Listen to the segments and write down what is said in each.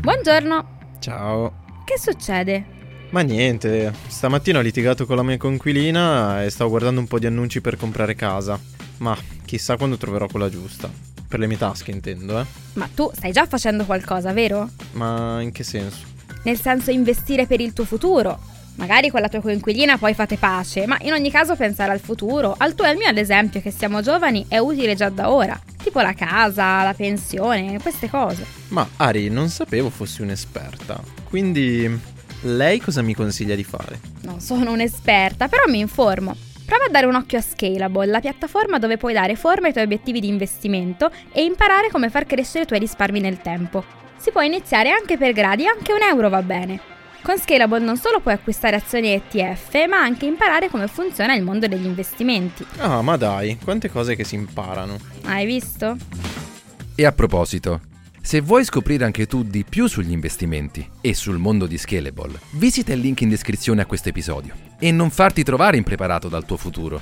Buongiorno. Ciao. Che succede? Ma niente, stamattina ho litigato con la mia coinquilina e stavo guardando un po' di annunci per comprare casa. Ma chissà quando troverò quella giusta. Per le mie tasche intendo, eh. Ma tu stai già facendo qualcosa, vero? Ma in che senso? Nel senso investire per il tuo futuro. Magari con la tua coinquilina poi fate pace, ma in ogni caso pensare al futuro, al tuo e al mio ad esempio, che siamo giovani, è utile già da ora. Tipo la casa, la pensione, queste cose. Ma Ari, non sapevo fossi un'esperta. Quindi lei cosa mi consiglia di fare? Non sono un'esperta, però mi informo. Prova a dare un occhio a Scalable, la piattaforma dove puoi dare forma ai tuoi obiettivi di investimento e imparare come far crescere i tuoi risparmi nel tempo. Si può iniziare anche per gradi, anche €1 va bene. Con Scalable non solo puoi acquistare azioni e ETF, ma anche imparare come funziona il mondo degli investimenti. Ah, ma dai, quante cose che si imparano. Hai visto? E a proposito, se vuoi scoprire anche tu di più sugli investimenti e sul mondo di Scalable, visita il link in descrizione a questo episodio e non farti trovare impreparato dal tuo futuro.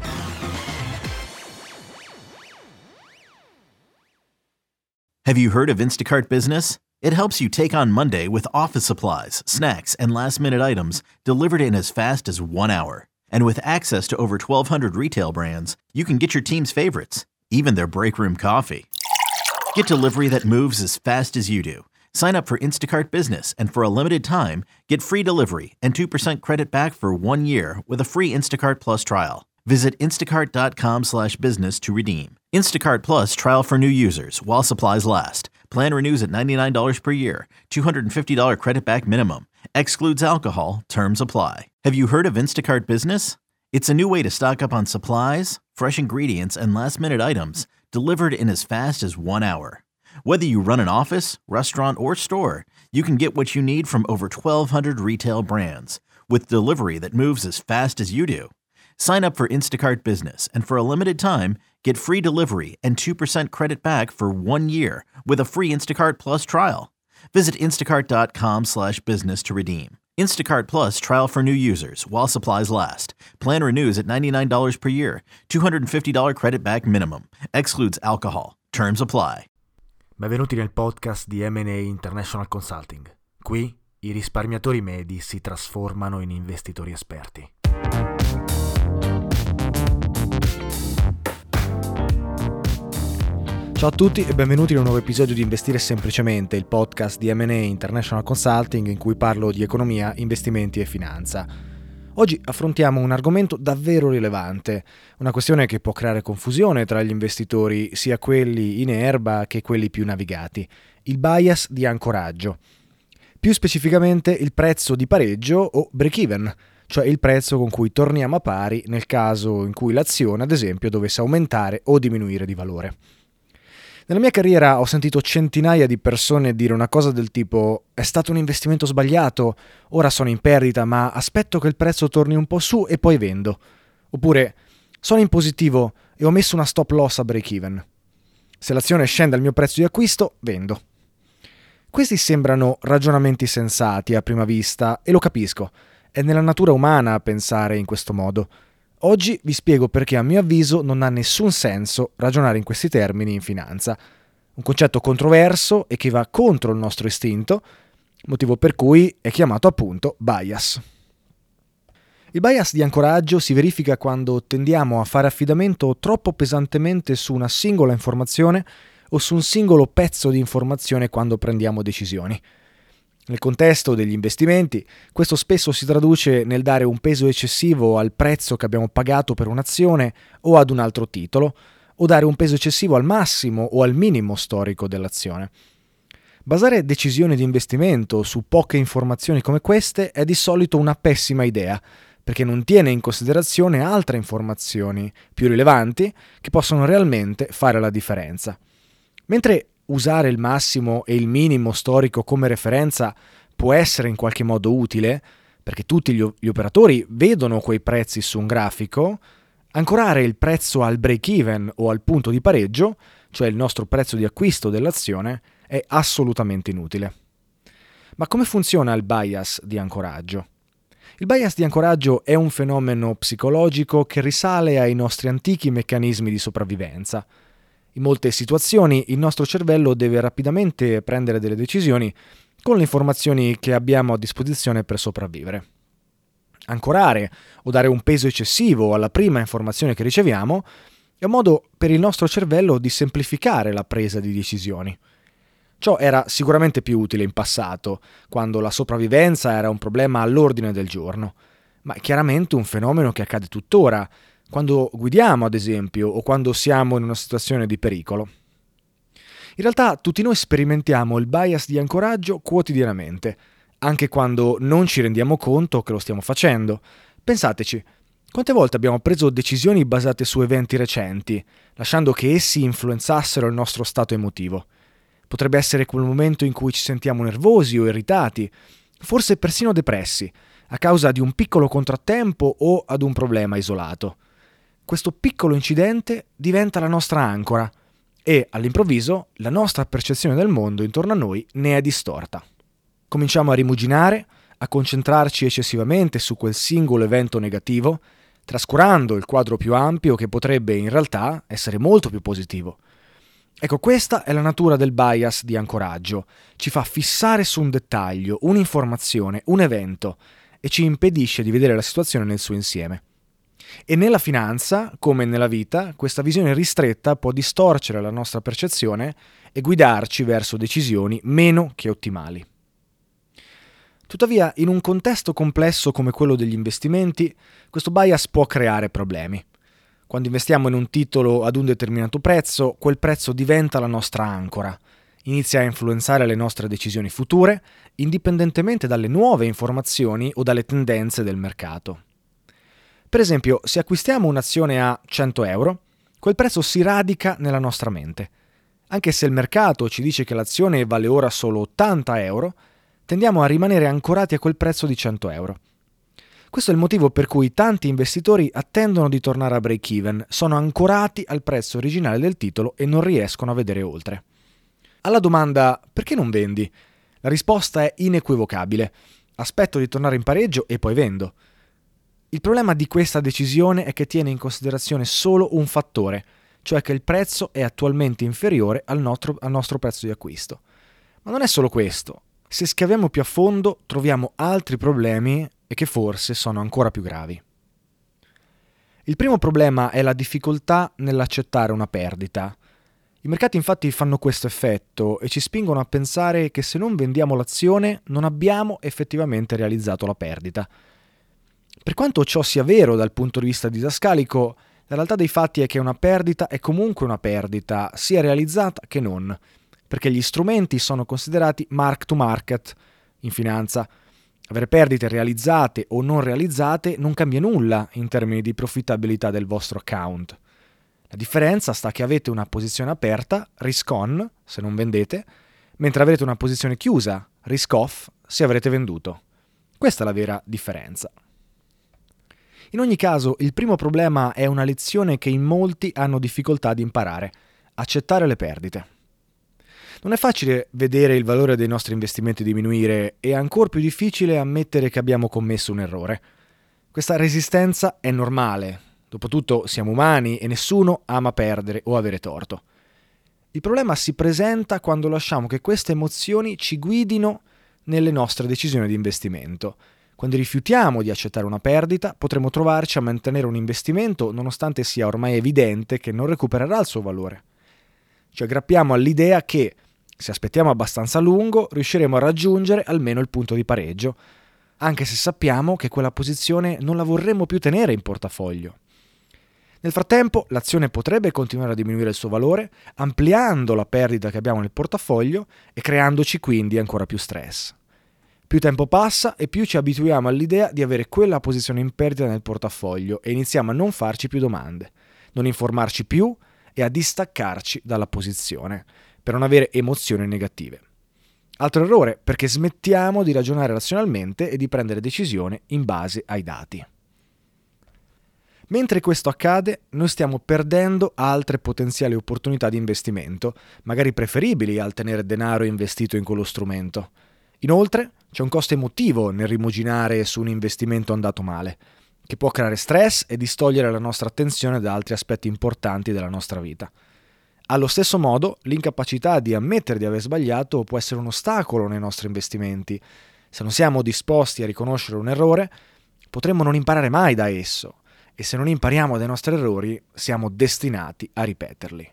Have you heard of Instacart Business? It helps you take on Monday with office supplies, snacks, and last-minute items delivered in as fast as 1 hour. And with access to over 1,200 retail brands, you can get your team's favorites, even their break room coffee. Get delivery that moves as fast as you do. Sign up for Instacart Business, and for a limited time, get free delivery and 2% credit back for 1 year with a free Instacart Plus trial. Visit instacart.com/business to redeem. Instacart Plus trial for new users while supplies last. Plan renews at $99 per year. $250 credit back minimum. Excludes alcohol. Terms apply. Have you heard of Instacart Business? It's a new way to stock up on supplies, fresh ingredients, and last-minute items delivered in as fast as 1 hour. Whether you run an office, restaurant, or store, you can get what you need from over 1,200 retail brands with delivery that moves as fast as you do. Sign up for Instacart Business, and for a limited time, get free delivery and 2% credit back for 1 year with a free Instacart Plus trial. Visit instacart.com/business to redeem. Instacart Plus trial for new users while supplies last. Plan renews at $99 per year. $250 credit back minimum. Excludes alcohol. Terms apply. Benvenuti nel podcast di M&A International Consulting. Qui i risparmiatori medi si trasformano in investitori esperti. Ciao a tutti e benvenuti in un nuovo episodio di Investire Semplicemente, il podcast di M&A International Consulting in cui parlo di economia, investimenti e finanza. Oggi affrontiamo un argomento davvero rilevante, una questione che può creare confusione tra gli investitori, sia quelli in erba che quelli più navigati, il bias di ancoraggio. Più specificamente il prezzo di pareggio o break-even, cioè il prezzo con cui torniamo a pari nel caso in cui l'azione, ad esempio, dovesse aumentare o diminuire di valore. Nella mia carriera ho sentito centinaia di persone dire una cosa del tipo «È stato un investimento sbagliato, ora sono in perdita, ma aspetto che il prezzo torni un po' su e poi vendo». Oppure «Sono in positivo e ho messo una stop loss a break-even. Se l'azione scende al mio prezzo di acquisto, vendo». Questi sembrano ragionamenti sensati a prima vista e lo capisco, è nella natura umana pensare in questo modo. Oggi vi spiego perché a mio avviso non ha nessun senso ragionare in questi termini in finanza. Un concetto controverso e che va contro il nostro istinto, motivo per cui è chiamato appunto bias. Il bias di ancoraggio si verifica quando tendiamo a fare affidamento troppo pesantemente su una singola informazione o su un singolo pezzo di informazione quando prendiamo decisioni. Nel contesto degli investimenti, questo spesso si traduce nel dare un peso eccessivo al prezzo che abbiamo pagato per un'azione o ad un altro titolo, o dare un peso eccessivo al massimo o al minimo storico dell'azione. Basare decisioni di investimento su poche informazioni come queste è di solito una pessima idea, perché non tiene in considerazione altre informazioni più rilevanti che possono realmente fare la differenza. Mentre usare il massimo e il minimo storico come referenza può essere in qualche modo utile, perché tutti gli operatori vedono quei prezzi su un grafico, ancorare il prezzo al break-even o al punto di pareggio, cioè il nostro prezzo di acquisto dell'azione, è assolutamente inutile. Ma come funziona il bias di ancoraggio? Il bias di ancoraggio è un fenomeno psicologico che risale ai nostri antichi meccanismi di sopravvivenza. In molte situazioni il nostro cervello deve rapidamente prendere delle decisioni con le informazioni che abbiamo a disposizione per sopravvivere. Ancorare o dare un peso eccessivo alla prima informazione che riceviamo è un modo per il nostro cervello di semplificare la presa di decisioni. Ciò era sicuramente più utile in passato, quando la sopravvivenza era un problema all'ordine del giorno, ma è chiaramente un fenomeno che accade tuttora, quando guidiamo ad esempio o quando siamo in una situazione di pericolo. In realtà tutti noi sperimentiamo il bias di ancoraggio quotidianamente, anche quando non ci rendiamo conto che lo stiamo facendo. Pensateci, quante volte abbiamo preso decisioni basate su eventi recenti, lasciando che essi influenzassero il nostro stato emotivo? Potrebbe essere quel momento in cui ci sentiamo nervosi o irritati, forse persino depressi, a causa di un piccolo contrattempo o ad un problema isolato. Questo piccolo incidente diventa la nostra ancora e, all'improvviso, la nostra percezione del mondo intorno a noi ne è distorta. Cominciamo a rimuginare, a concentrarci eccessivamente su quel singolo evento negativo, trascurando il quadro più ampio che potrebbe in realtà essere molto più positivo. Ecco, questa è la natura del bias di ancoraggio. Ci fa fissare su un dettaglio, un'informazione, un evento e ci impedisce di vedere la situazione nel suo insieme. E nella finanza, come nella vita, questa visione ristretta può distorcere la nostra percezione e guidarci verso decisioni meno che ottimali. Tuttavia, in un contesto complesso come quello degli investimenti, questo bias può creare problemi. Quando investiamo in un titolo ad un determinato prezzo, quel prezzo diventa la nostra ancora. Inizia a influenzare le nostre decisioni future, indipendentemente dalle nuove informazioni o dalle tendenze del mercato. Per esempio, se acquistiamo un'azione a 100 euro, quel prezzo si radica nella nostra mente. Anche se il mercato ci dice che l'azione vale ora solo 80 euro, tendiamo a rimanere ancorati a quel prezzo di 100 euro. Questo è il motivo per cui tanti investitori attendono di tornare a break-even, sono ancorati al prezzo originale del titolo e non riescono a vedere oltre. Alla domanda «perché non vendi?» la risposta è inequivocabile. Aspetto di tornare in pareggio e poi vendo. Il problema di questa decisione è che tiene in considerazione solo un fattore, cioè che il prezzo è attualmente inferiore al nostro prezzo di acquisto. Ma non è solo questo. Se scaviamo più a fondo troviamo altri problemi e che forse sono ancora più gravi. Il primo problema è la difficoltà nell'accettare una perdita. I mercati infatti fanno questo effetto e ci spingono a pensare che se non vendiamo l'azione non abbiamo effettivamente realizzato la perdita. Per quanto ciò sia vero dal punto di vista didascalico, la realtà dei fatti è che una perdita è comunque una perdita, sia realizzata che non, perché gli strumenti sono considerati mark to market in finanza. Avere perdite realizzate o non realizzate non cambia nulla in termini di profittabilità del vostro account. La differenza sta che avete una posizione aperta, risk on, se non vendete, mentre avrete una posizione chiusa, risk off, se avrete venduto. Questa è la vera differenza. In ogni caso, il primo problema è una lezione che in molti hanno difficoltà ad imparare: accettare le perdite. Non è facile vedere il valore dei nostri investimenti diminuire e è ancora più difficile ammettere che abbiamo commesso un errore. Questa resistenza è normale. Dopotutto siamo umani e nessuno ama perdere o avere torto. Il problema si presenta quando lasciamo che queste emozioni ci guidino nelle nostre decisioni di investimento. Quando rifiutiamo di accettare una perdita, potremo trovarci a mantenere un investimento nonostante sia ormai evidente che non recupererà il suo valore. Ci aggrappiamo all'idea che, se aspettiamo abbastanza a lungo, riusciremo a raggiungere almeno il punto di pareggio, anche se sappiamo che quella posizione non la vorremmo più tenere in portafoglio. Nel frattempo, l'azione potrebbe continuare a diminuire il suo valore, ampliando la perdita che abbiamo nel portafoglio e creandoci quindi ancora più stress. Più tempo passa e più ci abituiamo all'idea di avere quella posizione in perdita nel portafoglio e iniziamo a non farci più domande, non informarci più e a distaccarci dalla posizione, per non avere emozioni negative. Altro errore, perché smettiamo di ragionare razionalmente e di prendere decisioni in base ai dati. Mentre questo accade, noi stiamo perdendo altre potenziali opportunità di investimento, magari preferibili al tenere denaro investito in quello strumento. Inoltre, c'è un costo emotivo nel rimuginare su un investimento andato male, che può creare stress e distogliere la nostra attenzione da altri aspetti importanti della nostra vita. Allo stesso modo, l'incapacità di ammettere di aver sbagliato può essere un ostacolo nei nostri investimenti. Se non siamo disposti a riconoscere un errore, potremmo non imparare mai da esso, e se non impariamo dai nostri errori, siamo destinati a ripeterli.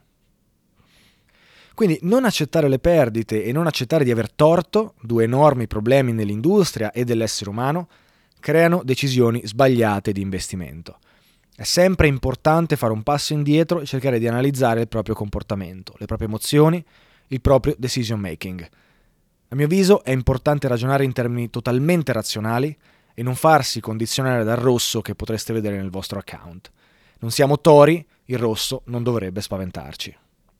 Quindi non accettare le perdite e non accettare di aver torto, due enormi problemi nell'industria e dell'essere umano, creano decisioni sbagliate di investimento. È sempre importante fare un passo indietro e cercare di analizzare il proprio comportamento, le proprie emozioni, il proprio decision making. A mio avviso è importante ragionare in termini totalmente razionali e non farsi condizionare dal rosso che potreste vedere nel vostro account. Non siamo tori, il rosso non dovrebbe spaventarci.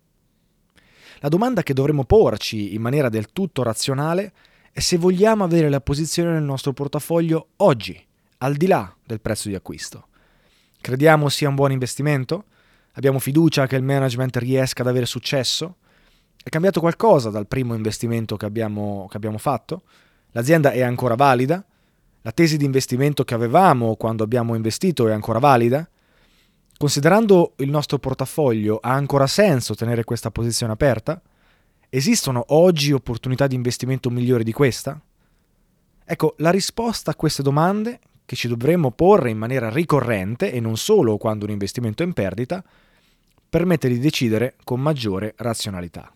La domanda che dovremmo porci in maniera del tutto razionale è se vogliamo avere la posizione nel nostro portafoglio oggi, al di là del prezzo di acquisto. Crediamo sia un buon investimento? Abbiamo fiducia che il management riesca ad avere successo? È cambiato qualcosa dal primo investimento che abbiamo fatto? L'azienda è ancora valida? La tesi di investimento che avevamo quando abbiamo investito è ancora valida? Considerando il nostro portafoglio, ha ancora senso tenere questa posizione aperta? Esistono oggi opportunità di investimento migliori di questa? Ecco, la risposta a queste domande, che ci dovremmo porre in maniera ricorrente e non solo quando un investimento è in perdita, permette di decidere con maggiore razionalità.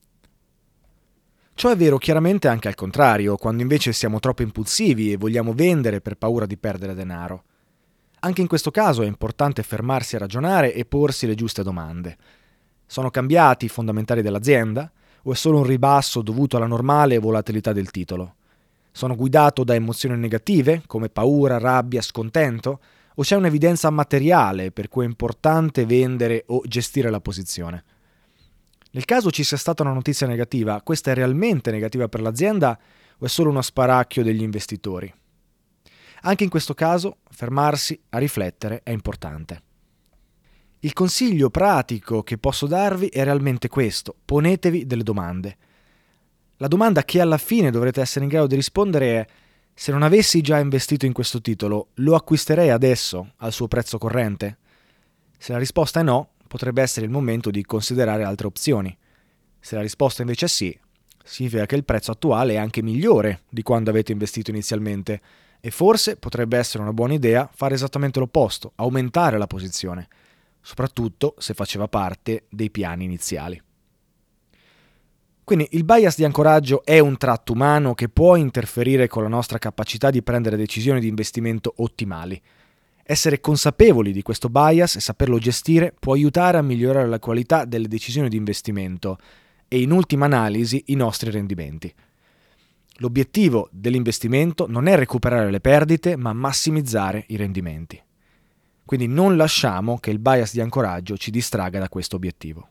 Ciò è vero chiaramente anche al contrario, quando invece siamo troppo impulsivi e vogliamo vendere per paura di perdere denaro. Anche in questo caso è importante fermarsi a ragionare e porsi le giuste domande. Sono cambiati i fondamentali dell'azienda o è solo un ribasso dovuto alla normale volatilità del titolo? Sono guidato da emozioni negative come paura, rabbia, scontento o c'è un'evidenza materiale per cui è importante vendere o gestire la posizione? Nel caso ci sia stata una notizia negativa, questa è realmente negativa per l'azienda o è solo uno sparacchio degli investitori? Anche in questo caso, fermarsi a riflettere è importante. Il consiglio pratico che posso darvi è realmente questo: ponetevi delle domande. La domanda che alla fine dovrete essere in grado di rispondere è: se non avessi già investito in questo titolo, lo acquisterei adesso al suo prezzo corrente? Se la risposta è no, potrebbe essere il momento di considerare altre opzioni. Se la risposta invece è sì, significa che il prezzo attuale è anche migliore di quando avete investito inizialmente e forse potrebbe essere una buona idea fare esattamente l'opposto, aumentare la posizione, soprattutto se faceva parte dei piani iniziali. Quindi il bias di ancoraggio è un tratto umano che può interferire con la nostra capacità di prendere decisioni di investimento ottimali. Essere consapevoli di questo bias e saperlo gestire può aiutare a migliorare la qualità delle decisioni di investimento e in ultima analisi i nostri rendimenti. L'obiettivo dell'investimento non è recuperare le perdite, ma massimizzare i rendimenti. Quindi non lasciamo che il bias di ancoraggio ci distragga da questo obiettivo.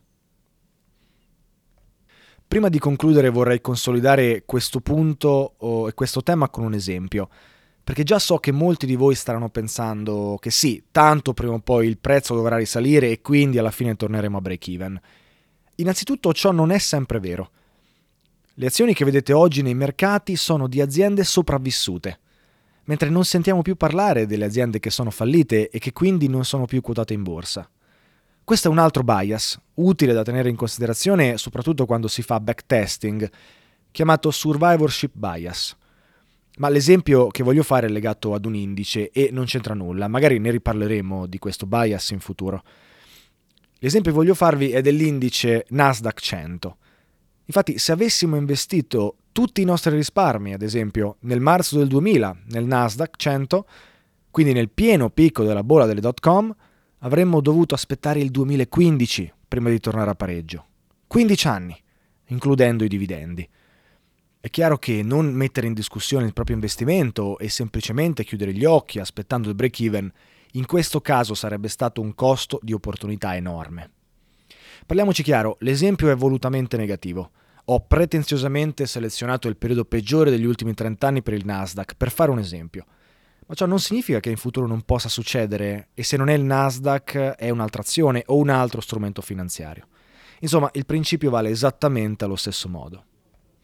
Prima di concludere vorrei consolidare questo punto e questo tema con un esempio, perché già so che molti di voi staranno pensando che sì, tanto prima o poi il prezzo dovrà risalire e quindi alla fine torneremo a break even. Innanzitutto ciò non è sempre vero. Le azioni che vedete oggi nei mercati sono di aziende sopravvissute, mentre non sentiamo più parlare delle aziende che sono fallite e che quindi non sono più quotate in borsa. Questo è un altro bias, utile da tenere in considerazione soprattutto quando si fa backtesting, chiamato survivorship bias. Ma l'esempio che voglio fare è legato ad un indice e non c'entra nulla, magari ne riparleremo di questo bias in futuro. L'esempio che voglio farvi è dell'indice Nasdaq 100. Infatti, se avessimo investito tutti i nostri risparmi, ad esempio, nel marzo del 2000 nel Nasdaq 100, quindi nel pieno picco della bolla delle .com, avremmo dovuto aspettare il 2015 prima di tornare a pareggio. 15 anni, includendo i dividendi. È chiaro che non mettere in discussione il proprio investimento e semplicemente chiudere gli occhi aspettando il break-even, in questo caso sarebbe stato un costo di opportunità enorme. Parliamoci chiaro, l'esempio è volutamente negativo. Ho pretenziosamente selezionato il periodo peggiore degli ultimi 30 anni per il Nasdaq, per fare un esempio. Ma ciò non significa che in futuro non possa succedere e se non è il Nasdaq è un'altra azione o un altro strumento finanziario. Insomma, il principio vale esattamente allo stesso modo.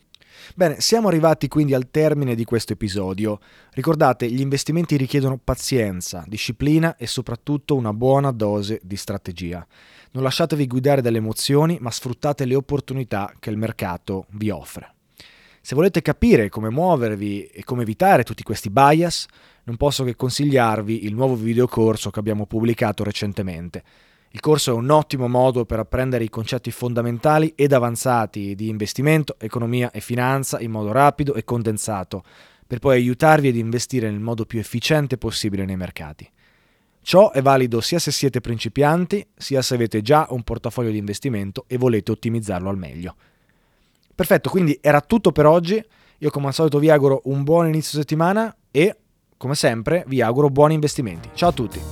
Bene, siamo arrivati quindi al termine di questo episodio. Ricordate, gli investimenti richiedono pazienza, disciplina e soprattutto una buona dose di strategia. Non lasciatevi guidare dalle emozioni, ma sfruttate le opportunità che il mercato vi offre. Se volete capire come muovervi e come evitare tutti questi bias, non posso che consigliarvi il nuovo videocorso che abbiamo pubblicato recentemente. Il corso è un ottimo modo per apprendere i concetti fondamentali ed avanzati di investimento, economia e finanza in modo rapido e condensato, per poi aiutarvi ad investire nel modo più efficiente possibile nei mercati. Ciò è valido sia se siete principianti, sia se avete già un portafoglio di investimento e volete ottimizzarlo al meglio. Perfetto, quindi era tutto per oggi. Io come al solito vi auguro un buon inizio settimana e, come sempre, vi auguro buoni investimenti. Ciao a tutti!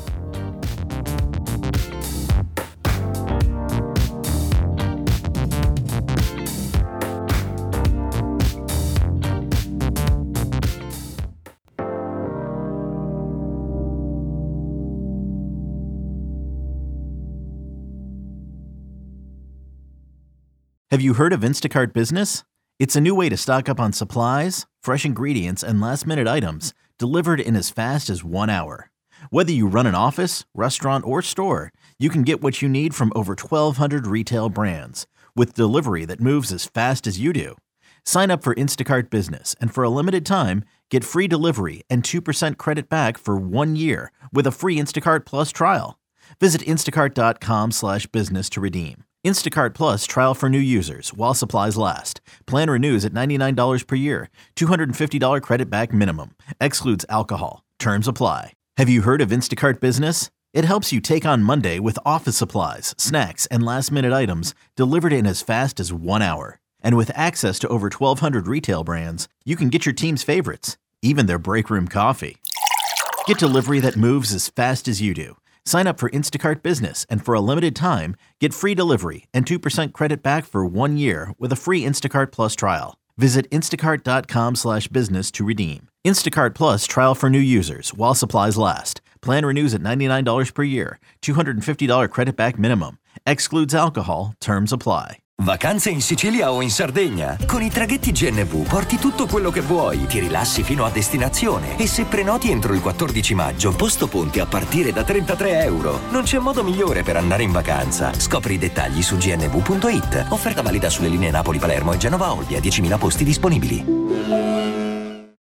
Have you heard of Instacart Business? It's a new way to stock up on supplies, fresh ingredients, and last-minute items delivered in as fast as 1 hour. Whether you run an office, restaurant, or store, you can get what you need from over 1,200 retail brands with delivery that moves as fast as you do. Sign up for Instacart Business, and for a limited time, get free delivery and 2% credit back for 1 year with a free Instacart Plus trial. Visit instacart.com/business to redeem. Instacart Plus trial for new users while supplies last. Plan renews at $99 per year. $250 credit back minimum. Excludes alcohol. Terms apply. Have you heard of Instacart Business? It helps you take on Monday with office supplies, snacks, and last-minute items delivered in as fast as 1 hour. And with access to over 1,200 retail brands, you can get your team's favorites, even their break room coffee. Get delivery that moves as fast as you do. Sign up for Instacart Business, and for a limited time, get free delivery and 2% credit back for 1 year with a free Instacart Plus trial. Visit instacart.com/business to redeem. Instacart Plus trial for new users while supplies last. Plan renews at $99 per year. $250 credit back minimum. Excludes alcohol. Terms apply. Vacanze in Sicilia o in Sardegna? Con i traghetti GNV porti tutto quello che vuoi, ti rilassi fino a destinazione e se prenoti entro il 14 maggio, posto ponti a partire da €33. Non c'è modo migliore per andare in vacanza. Scopri i dettagli su gnv.it. Offerta valida sulle linee Napoli-Palermo e Genova-Olbia, 10.000 posti disponibili.